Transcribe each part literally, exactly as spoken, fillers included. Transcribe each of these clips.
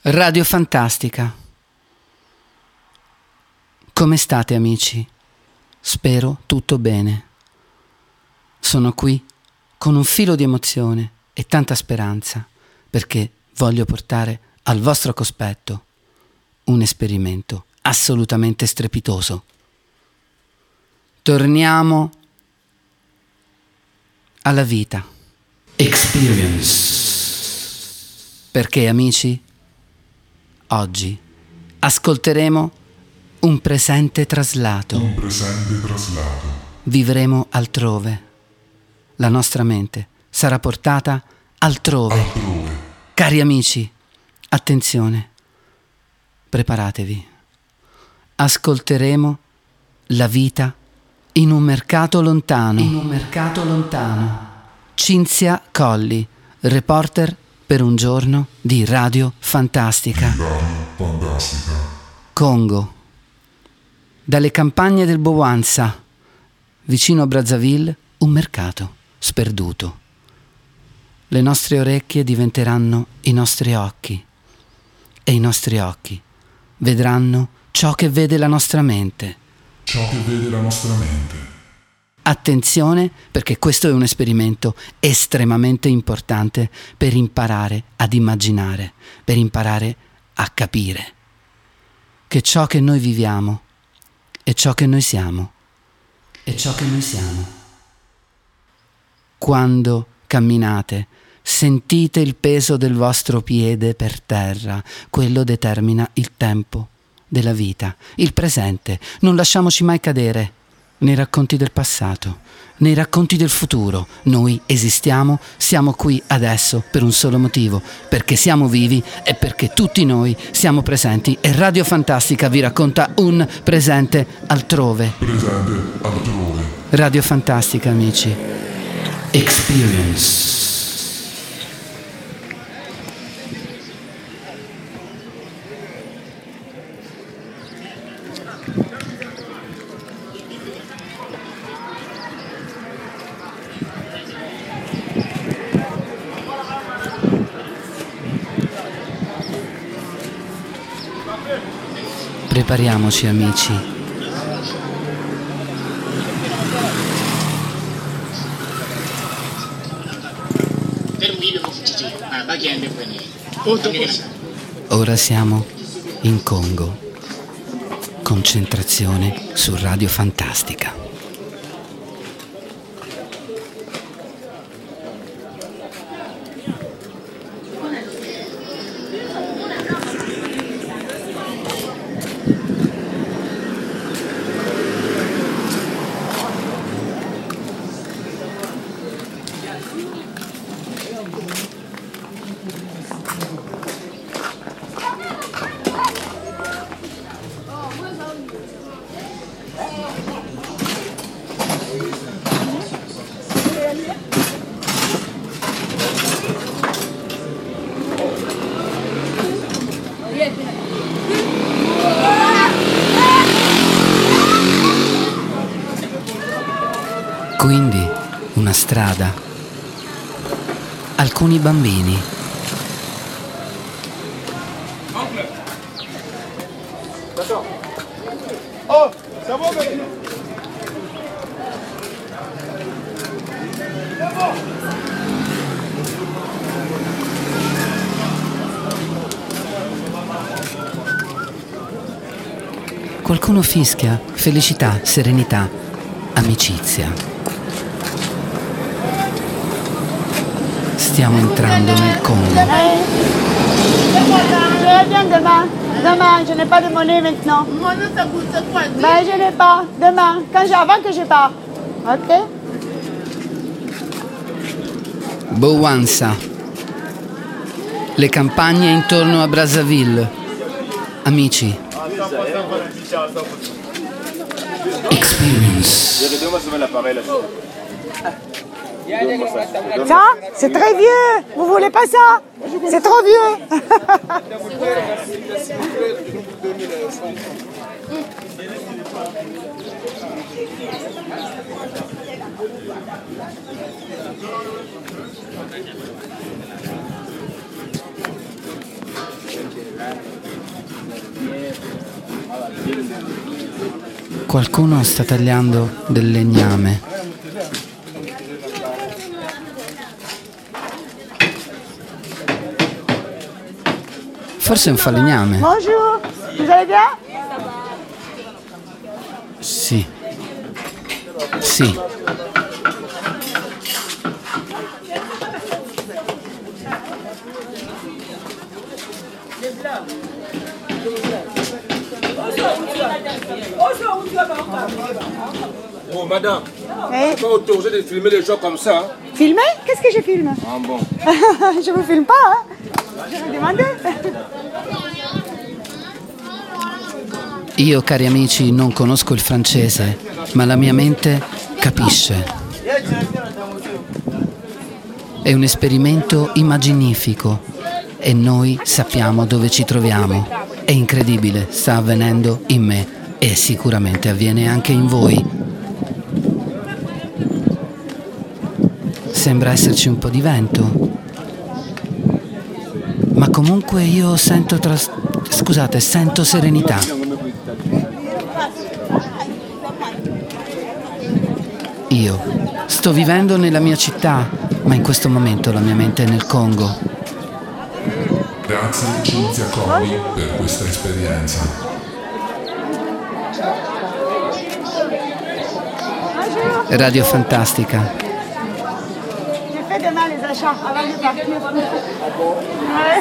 Radio Fantastica. Come state, amici? Spero tutto bene. Sono qui con un filo di emozione e tanta speranza perché voglio portare al vostro cospetto un esperimento assolutamente strepitoso. Torniamo alla vita. Experience. Perché, amici, oggi ascolteremo un presente traslato. Un presente traslato. Vivremo altrove. La nostra mente sarà portata altrove. Altrove. Cari amici, attenzione. Preparatevi. Ascolteremo la vita in un mercato lontano. In un mercato lontano. Cinzia Colli, reporter per un giorno di Radio Fantastica. Radio Fantastica. Congo. Dalle campagne del Bowanza, vicino a Brazzaville, un mercato sperduto. Le nostre orecchie diventeranno i nostri occhi e i nostri occhi vedranno ciò che vede la nostra mente. Ciò che vede la nostra mente. Attenzione, perché questo è un esperimento estremamente importante per imparare ad immaginare, per imparare a capire che ciò che noi viviamo è ciò che noi siamo. È ciò che noi siamo. Quando camminate, sentite il peso del vostro piede per terra. Quello determina il tempo della vita, il presente. Non lasciamoci mai cadere nei racconti del passato, nei racconti del futuro. Noi esistiamo, siamo qui adesso per un solo motivo, perché siamo vivi e perché tutti noi siamo presenti e Radio Fantastica vi racconta un presente altrove. Presente altrove. Radio Fantastica, amici. Experience. Prepariamoci, amici. Ora siamo in Congo. Concentrazione su Radio Fantastica. Quindi una strada, alcuni bambini. Oh, ça va maintenant? Qualcuno fischia felicità, serenità, amicizia. Stiamo entrando nel Congo. Viens demain. Demain, je n'ai pas de monnaie maintenant. Monnaie, ça coûte quoi? Ben, je n'ai pas. Demain, quand j'ai, avant que je parte. Ok? Bowanza. Le campagne intorno a Brazzaville. Amici. Experience. Ça, c'est très vieux. Vous voulez pas ça? C'est trop vieux. Qualcuno sta tagliando del legname. Forse è un falegname. Bonjour, vous allez bien? Sì. Sì. Oh, madame, Oui. pas autorisé de filmer les gens comme ça. Filmer? Qu'est-ce que je filme? Ah bon. Je vous filme pas, hein? Je vais demander. Io, cari amici, non conosco il francese, ma la mia mente capisce. È un esperimento immaginifico e noi sappiamo dove ci troviamo. È incredibile, sta avvenendo in me e sicuramente avviene anche in voi. Sembra esserci un po' di vento, ma comunque io sento tras- scusate, sento serenità. Io sto vivendo nella mia città, ma in questo momento la mia mente è nel Congo. Grazie Cinzia Comi per questa esperienza. Radio Fantastica. Je fais demain les achats avant de partir. Ouais.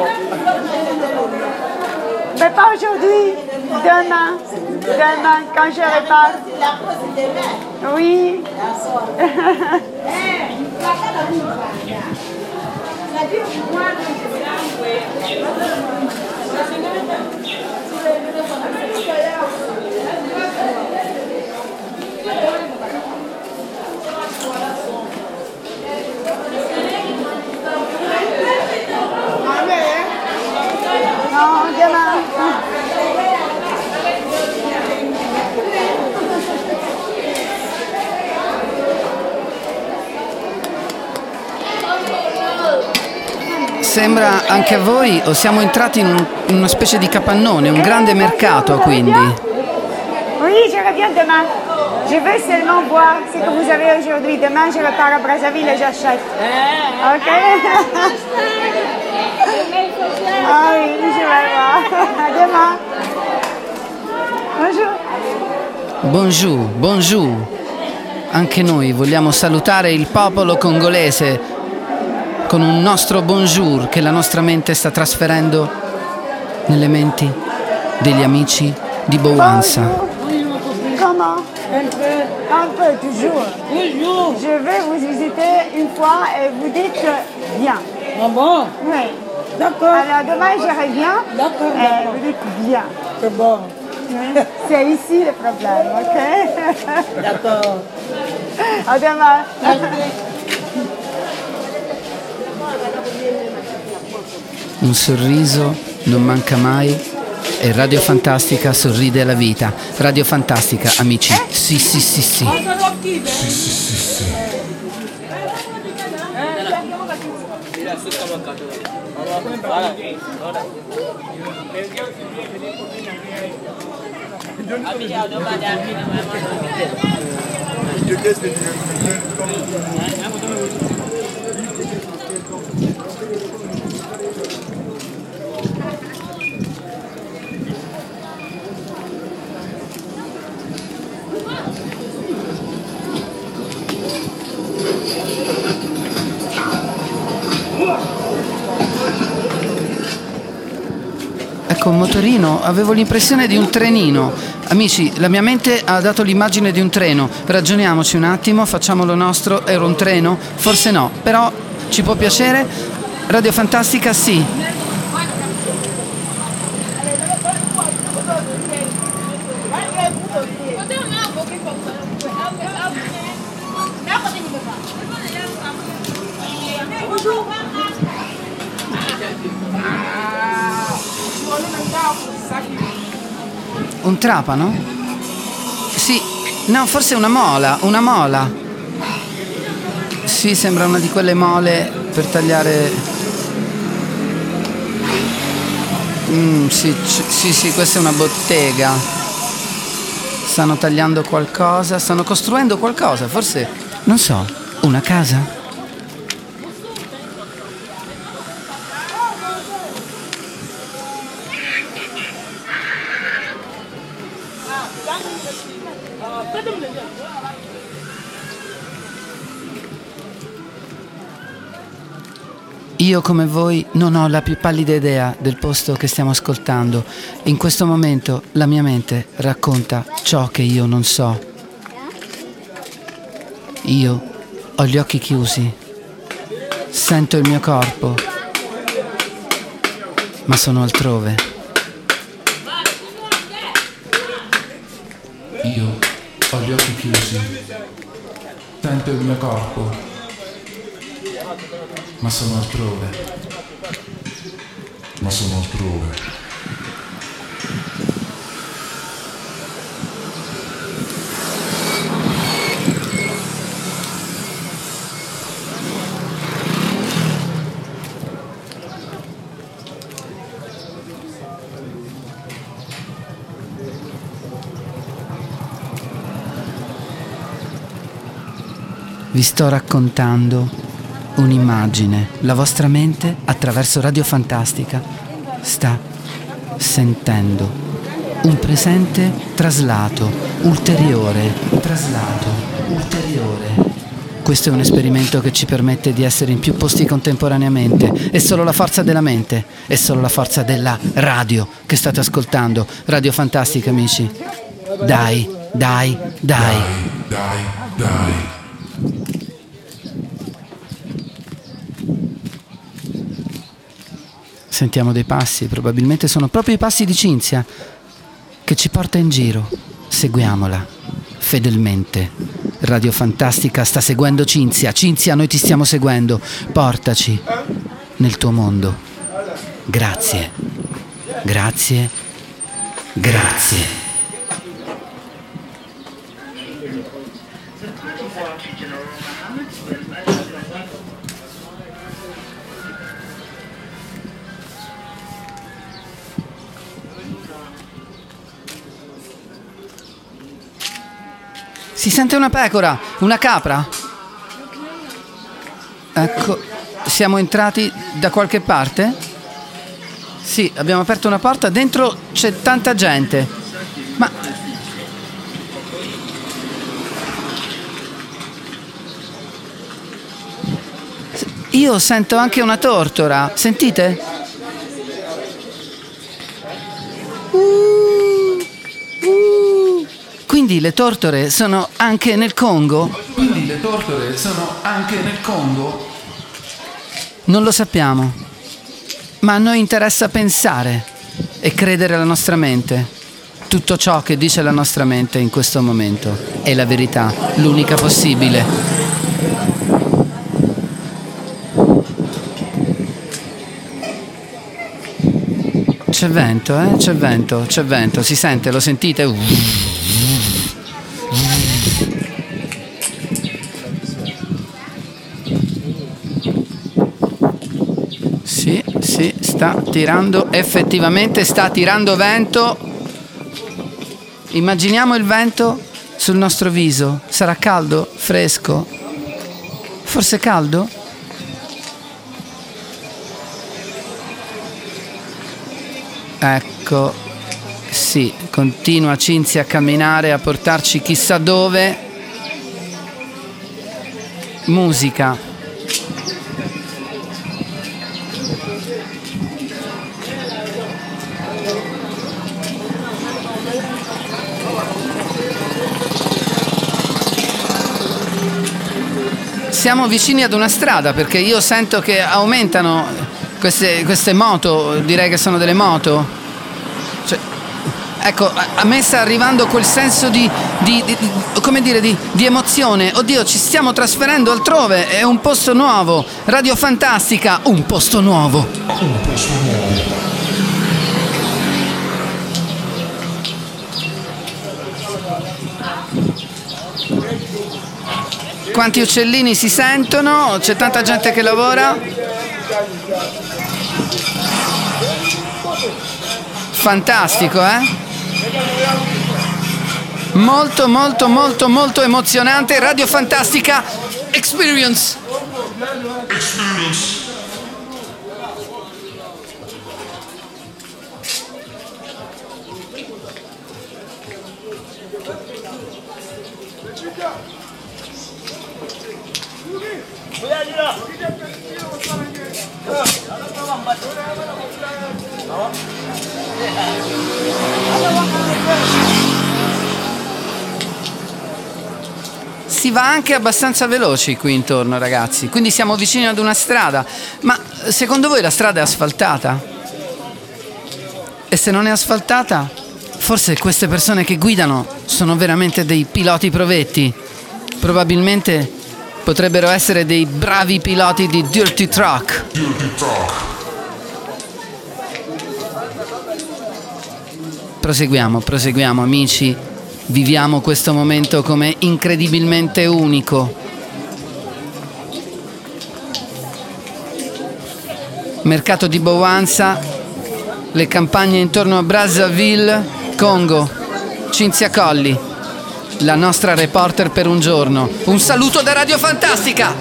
Mais pas aujourd'hui, demain. Demain, quand je repars. Oui. Non, demain. Sembra anche a voi o siamo entrati in, un- in una specie di capannone, un grande mercato quindi? Oui, je reviens demain. Je veux seulement voir ce que vous avez aujourd'hui. Demain, je repars à Brazzaville et j'achète. Ok? Ah oui, je vais voir. À demain. Bonjour. Bonjour, bonjour. Anche noi vogliamo salutare il popolo congolese con un nostro bonjour che la nostra mente sta trasferendo nelle menti degli amici di Bowanza. Comment? Un peu. Un peu, toujours. Toujours. Je vais vous visiter une fois et vous dites bien. Ah bon? Oui. D'accord, Alors demain, je reviens D'accord, et d'accord. vous dites bien. c'est bon. Oui. C'est ici le problème, ok? D'accord. À demain. Un sorriso non manca mai e Radio Fantastica sorride alla vita. Radio Fantastica, amici. Sì, sì, sì, sì. Sì, sì, sì, sì. Ecco, un motorino, avevo l'impressione di un trenino. Amici, la mia mente ha dato l'immagine di un treno. Ragioniamoci un attimo, facciamolo nostro. Era un treno? Forse no, però ci può piacere? Radio Fantastica, sì. Un trapano? Sì, no, forse una mola, una mola. Sì, sembra una di quelle mole per tagliare Mm, sì, c- sì, sì, questa è una bottega. Stanno tagliando qualcosa, stanno costruendo qualcosa, forse, non so, una casa? Io come voi non ho la più pallida idea del posto che stiamo ascoltando. In questo momento la mia mente racconta ciò che io non so. Io ho gli occhi chiusi, sento il mio corpo, ma sono altrove. Io ho gli occhi chiusi, sento il mio corpo, ma sono altrove. Ma sono altrove. Vi sto raccontando un'immagine. La vostra mente, attraverso Radio Fantastica, sta sentendo un presente traslato, ulteriore, traslato, ulteriore. Questo è un esperimento che ci permette di essere in più posti contemporaneamente. È solo la forza della mente, è solo la forza della radio che state ascoltando. Radio Fantastica, amici. Dai, dai, dai. Dai, dai, dai. Sentiamo dei passi, probabilmente sono proprio i passi di Cinzia che ci porta in giro. Seguiamola fedelmente. Radio Fantastica sta seguendo Cinzia. Cinzia, noi ti stiamo seguendo. Portaci nel tuo mondo. Grazie. Grazie. Grazie. Si sente una pecora, una capra. Ecco, siamo entrati da qualche parte? Sì, abbiamo aperto una porta, dentro c'è tanta gente. Ma io sento anche una tortora, sentite? Quindi le tortore sono anche nel Congo? Quindi le tortore sono anche nel Congo? Non lo sappiamo, ma a noi interessa pensare e credere alla nostra mente. Tutto ciò che dice la nostra mente in questo momento è la verità, l'unica possibile. C'è vento, eh? C'è vento, c'è vento, si sente, lo sentite? Uh. Sì, sì, sta tirando, effettivamente sta tirando vento. Immaginiamo il vento sul nostro viso. Sarà caldo? Fresco? Forse caldo? Ecco, sì, continua Cinzia a camminare, a portarci chissà dove. Musica. Siamo vicini ad una strada perché io sento che aumentano queste, queste moto, direi che sono delle moto. Cioè, ecco, a, a me sta arrivando quel senso di, di, di, di come dire, di, di emozione. Oddio, ci stiamo trasferendo altrove, è un posto nuovo. Radio Fantastica, un posto nuovo. Un posto nuovo. Quanti uccellini si sentono, c'è tanta gente che lavora. fantastico, eh? Molto, molto, molto, molto emozionante. Radio Fantastica Experience. Experience. Si va anche abbastanza veloci qui intorno, ragazzi, quindi siamo vicini ad una strada. Ma secondo voi la strada è asfaltata? E se non è asfaltata, forse queste persone che guidano sono veramente dei piloti provetti. Probabilmente potrebbero essere dei bravi piloti di Dirty Truck. Dirty Truck. Proseguiamo, proseguiamo, amici. Viviamo questo momento come incredibilmente unico. Mercato di Boanza, le campagne intorno a Brazzaville, Congo, Cinzia Colli, la nostra reporter per un giorno. Un saluto da Radio Fantastica!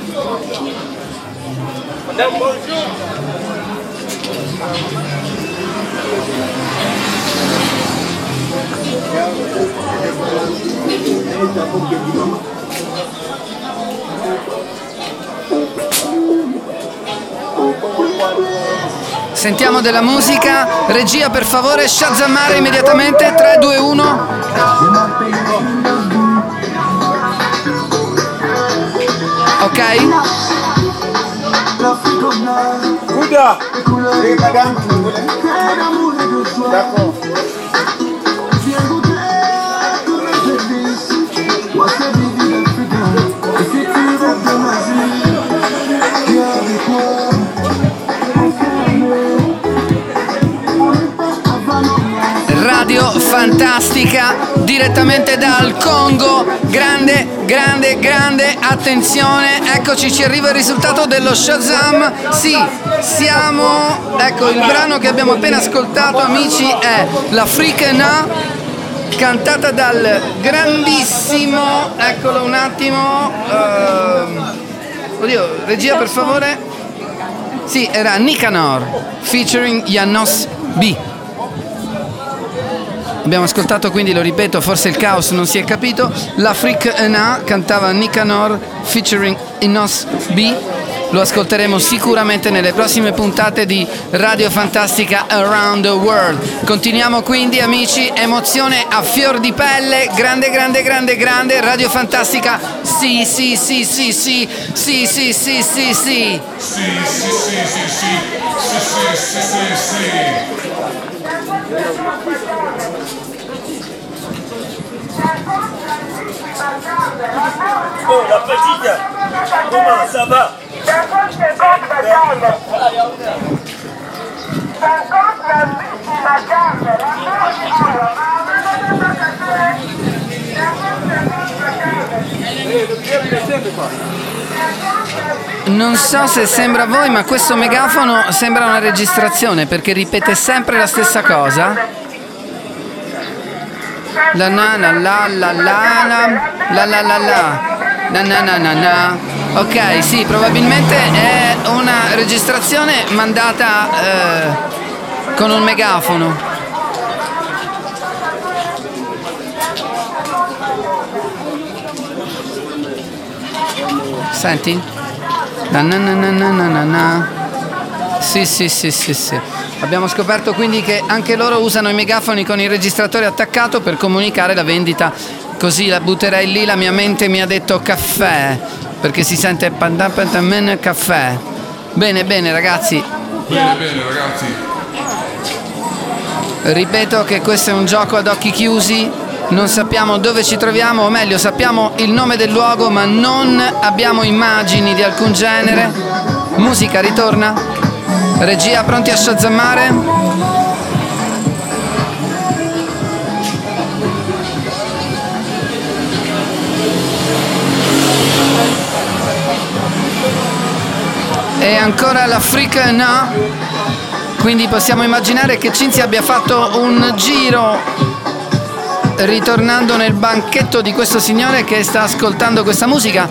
Sentiamo della musica. Regia, per favore, shazammare immediatamente. Tre, due, uno. Ok? Kuda. Oui, madame. D'accord. Radio Fantastica direttamente dal Congo. Grande, grande, grande attenzione. Eccoci, ci arriva il risultato dello Shazam. Sì, siamo. Ecco, il brano che abbiamo appena ascoltato, amici, è l'Africana, cantata dal grandissimo. Eccolo un attimo. Uh, oddio, regia, per favore. Sì, era Nicanor featuring Janos B. Abbiamo ascoltato, quindi lo ripeto, forse il caos non si è capito. L'Africana cantava Nicanor featuring Janos B. Lo ascolteremo sicuramente nelle prossime puntate di Radio Fantastica Around the World. Continuiamo quindi, amici, emozione a fior di pelle, grande, grande, grande, grande. Radio Fantastica, sì, sì, sì, sì, sì, sì, sì, sì, sì, sì, sì, sì, sì, sì, sì, sì, sì. Oh, la petite, comment ça va? Non so se sembra a voi, ma questo megafono sembra una registrazione perché ripete sempre la stessa cosa. La na la la la la la la la la la na na na na. Ok, sì, probabilmente è una registrazione mandata eh, con un megafono. Senti? Na na na na na na na. Sì, sì, sì, sì, sì. Abbiamo scoperto quindi che anche loro usano i megafoni con il registratore attaccato per comunicare la vendita. Così la butterei lì, la mia mente mi ha detto caffè, perché si sente pandapantamen caffè. Bene, bene ragazzi. Bene, bene ragazzi. Ripeto che questo è un gioco ad occhi chiusi. Non sappiamo dove ci troviamo, o meglio sappiamo il nome del luogo, ma non abbiamo immagini di alcun genere. Musica ritorna. Regia, pronti a shazammare? E ancora l'Africana Quindi possiamo immaginare che Cinzia abbia fatto un giro ritornando nel banchetto di questo signore che sta ascoltando questa musica.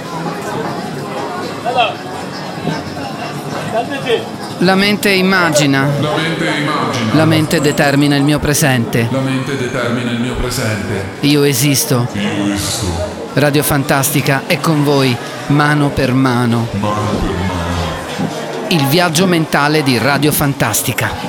La mente immagina. La mente immagina. La mente determina il mio presente. La mente determina il mio presente. Io esisto. Io esisto. Radio Fantastica è con voi, mano per mano. Mano per mano. Il viaggio mentale di Radio Fantastica.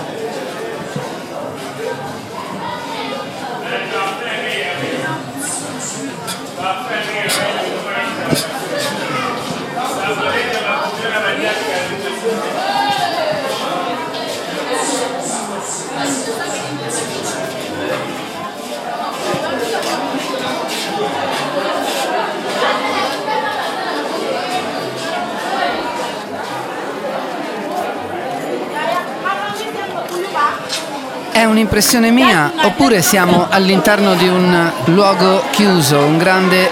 È un'impressione mia oppure siamo all'interno di un luogo chiuso, un grande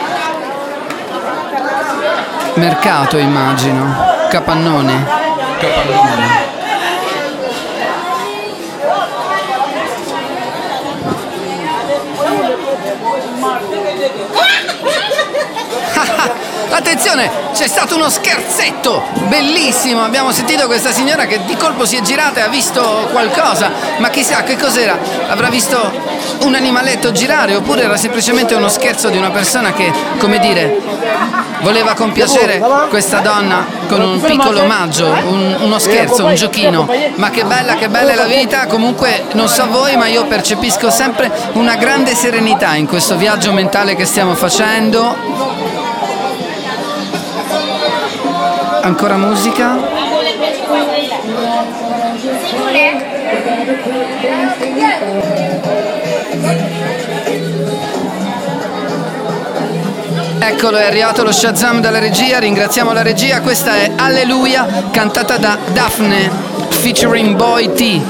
mercato, immagino, capannone. Capannone. Attenzione, c'è stato uno scherzetto bellissimo, abbiamo sentito questa signora che di colpo si è girata e ha visto qualcosa, ma chissà che cos'era, avrà visto un animaletto girare oppure era semplicemente uno scherzo di una persona che, come dire, voleva compiacere questa donna con un piccolo omaggio, un, uno scherzo, un giochino. Ma che bella, che bella è la vita. Comunque non so voi, ma io percepisco sempre una grande serenità in questo viaggio mentale che stiamo facendo. Ancora musica. Eccolo, è arrivato lo Shazam dalla regia, ringraziamo la regia. Questa è Alleluia, cantata da Daphne featuring Boy T.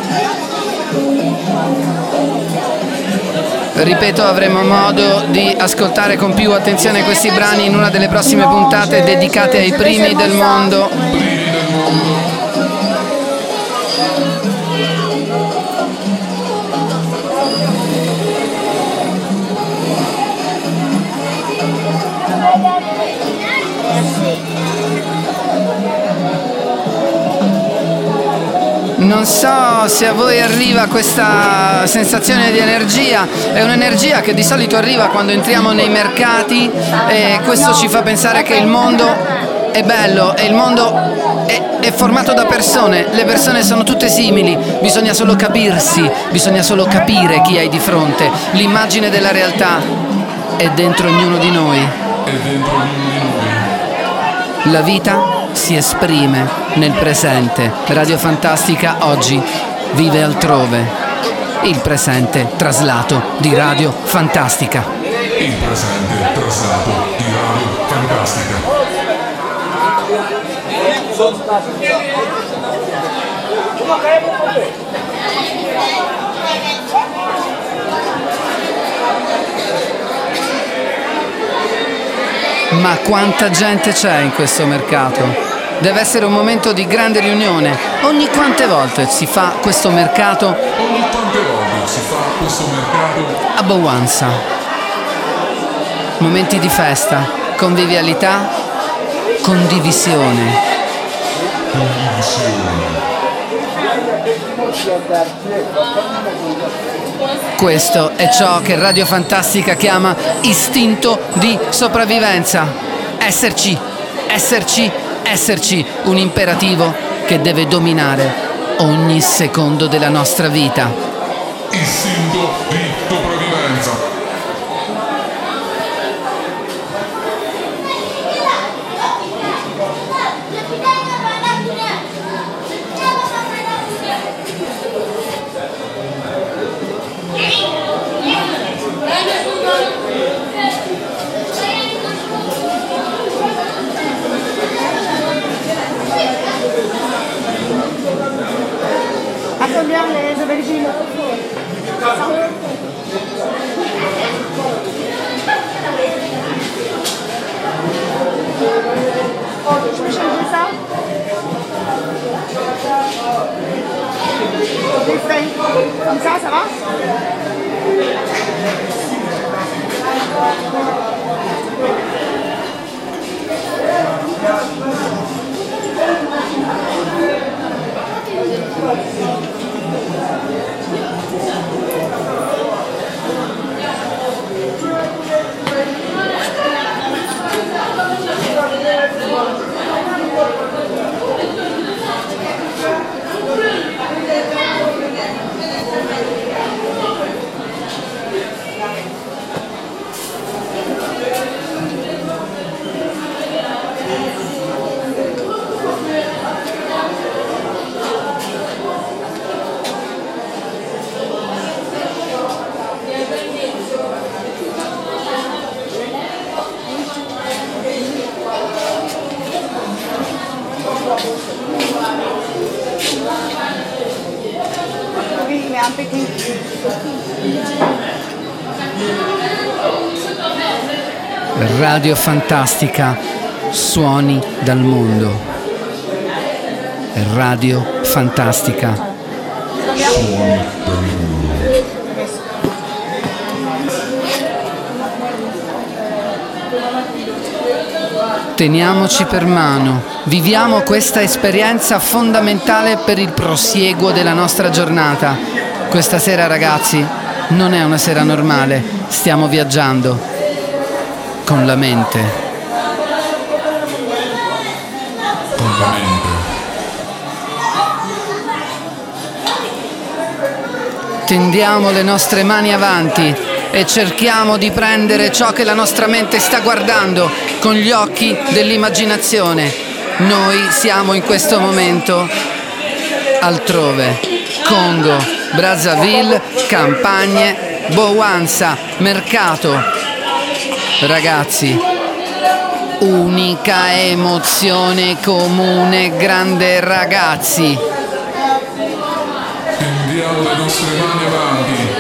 Ripeto, avremo modo di ascoltare con più attenzione questi brani in una delle prossime puntate dedicate ai primi del mondo. Primi del mondo. Non so se a voi arriva questa sensazione di energia, è un'energia che di solito arriva quando entriamo nei mercati e questo ci fa pensare che il mondo è bello e il mondo è, è formato da persone, le persone sono tutte simili, bisogna solo capirsi, bisogna solo capire chi hai di fronte, l'immagine della realtà è dentro ognuno di noi. È dentro ognuno di noi. La vita si esprime nel presente. Radio Fantastica oggi vive altrove. Il presente traslato di Radio Fantastica. Il presente traslato di Radio Fantastica. Ma quanta gente c'è in questo mercato? Deve essere un momento di grande riunione. Ogni quante volte si fa questo mercato? Ogni quante volte si fa questo mercato? A Bowanza. Momenti di festa, convivialità, condivisione. Condivisione. Questo è ciò che Radio Fantastica chiama istinto di sopravvivenza. Esserci, esserci, esserci, un imperativo che deve dominare ogni secondo della nostra vita. Istinto di sopravvivenza. À combien les aubergines? Je peux changer ça? Plus fin. Comme ça, ça va? Oui, mais un petit. Radio Fantastica, suoni dal mondo. Radio Fantastica. Suoni dal mondo. Teniamoci per mano, viviamo questa esperienza fondamentale per il prosieguo della nostra giornata. Questa sera, ragazzi, non è una sera normale, stiamo viaggiando con la mente. Con la mente. Tendiamo le nostre mani avanti e cerchiamo di prendere ciò che la nostra mente sta guardando con gli occhi dell'immaginazione. Noi siamo in questo momento altrove. Congo, Brazzaville, campagne, Bowanza, mercato. Ragazzi, unica emozione comune, grande ragazzi. Tendiamo le nostre mani avanti.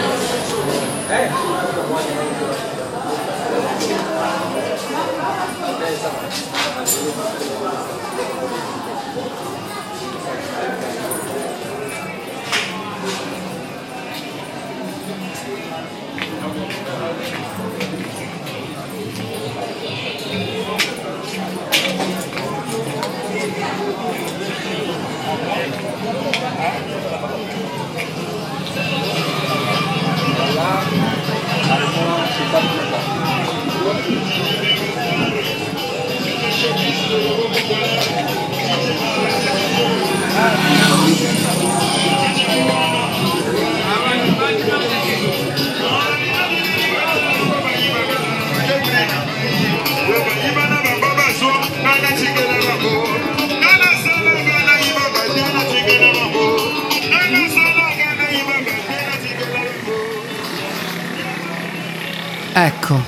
Ecco,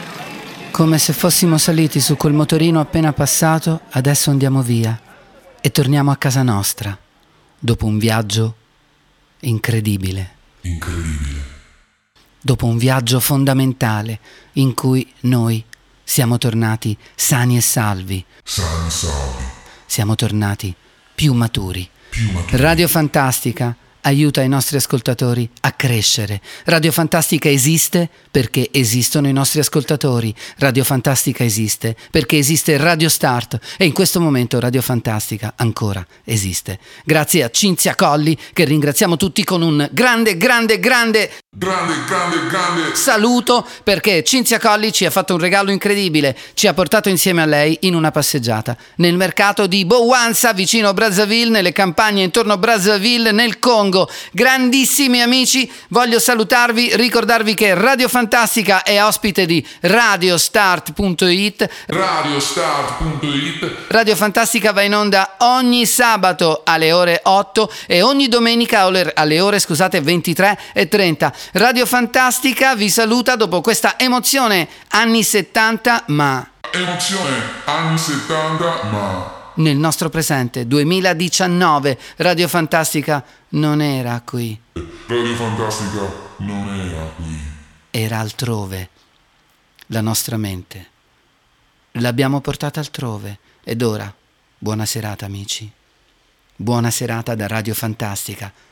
come se fossimo saliti su quel motorino appena passato, adesso andiamo via e torniamo a casa nostra, dopo un viaggio incredibile. Incredibile. Dopo un viaggio fondamentale in cui noi siamo tornati sani e salvi. Sani e salvi. Siamo tornati più maturi. Più maturi. Radio Fantastica aiuta i nostri ascoltatori a crescere. Radio Fantastica esiste perché esistono i nostri ascoltatori. Radio Fantastica esiste perché esiste Radio Start e in questo momento Radio Fantastica ancora esiste. Grazie a Cinzia Colli, che ringraziamo tutti con un grande, grande, grande... Grande, grande, grande saluto, perché Cinzia Colli ci ha fatto un regalo incredibile. Ci ha portato insieme a lei in una passeggiata nel mercato di Bowanza, vicino Brazzaville, nelle campagne intorno a Brazzaville, nel Congo. Grandissimi amici, voglio salutarvi, ricordarvi che Radio Fantastica è ospite di radiostart punto it. radiostart punto it. Radio Fantastica va in onda ogni sabato alle ore otto e ogni domenica alle ore, scusate, ventitré e trenta. Radio Fantastica vi saluta dopo questa emozione anni settanta, ma Emozione anni settanta, ma nel nostro presente duemiladiciannove. Radio Fantastica non era qui. Radio Fantastica non era qui. Era altrove. La nostra mente l'abbiamo portata altrove. Ed ora, buona serata amici. Buona serata da Radio Fantastica.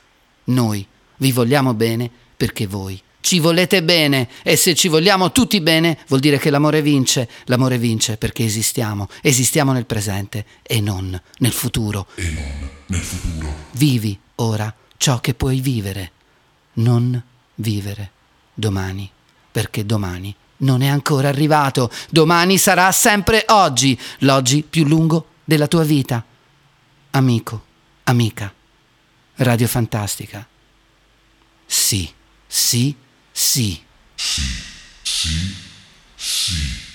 Noi vi vogliamo bene perché voi ci volete bene, e se ci vogliamo tutti bene vuol dire che l'amore vince. L'amore vince perché esistiamo, esistiamo nel presente e non nel futuro. E non nel futuro. Vivi ora ciò che puoi vivere, non vivere domani, perché domani non è ancora arrivato. Domani sarà sempre oggi, l'oggi più lungo della tua vita. Amico, amica, Radio Fantastica. Sì, sì, sì. Sì, sì, sì.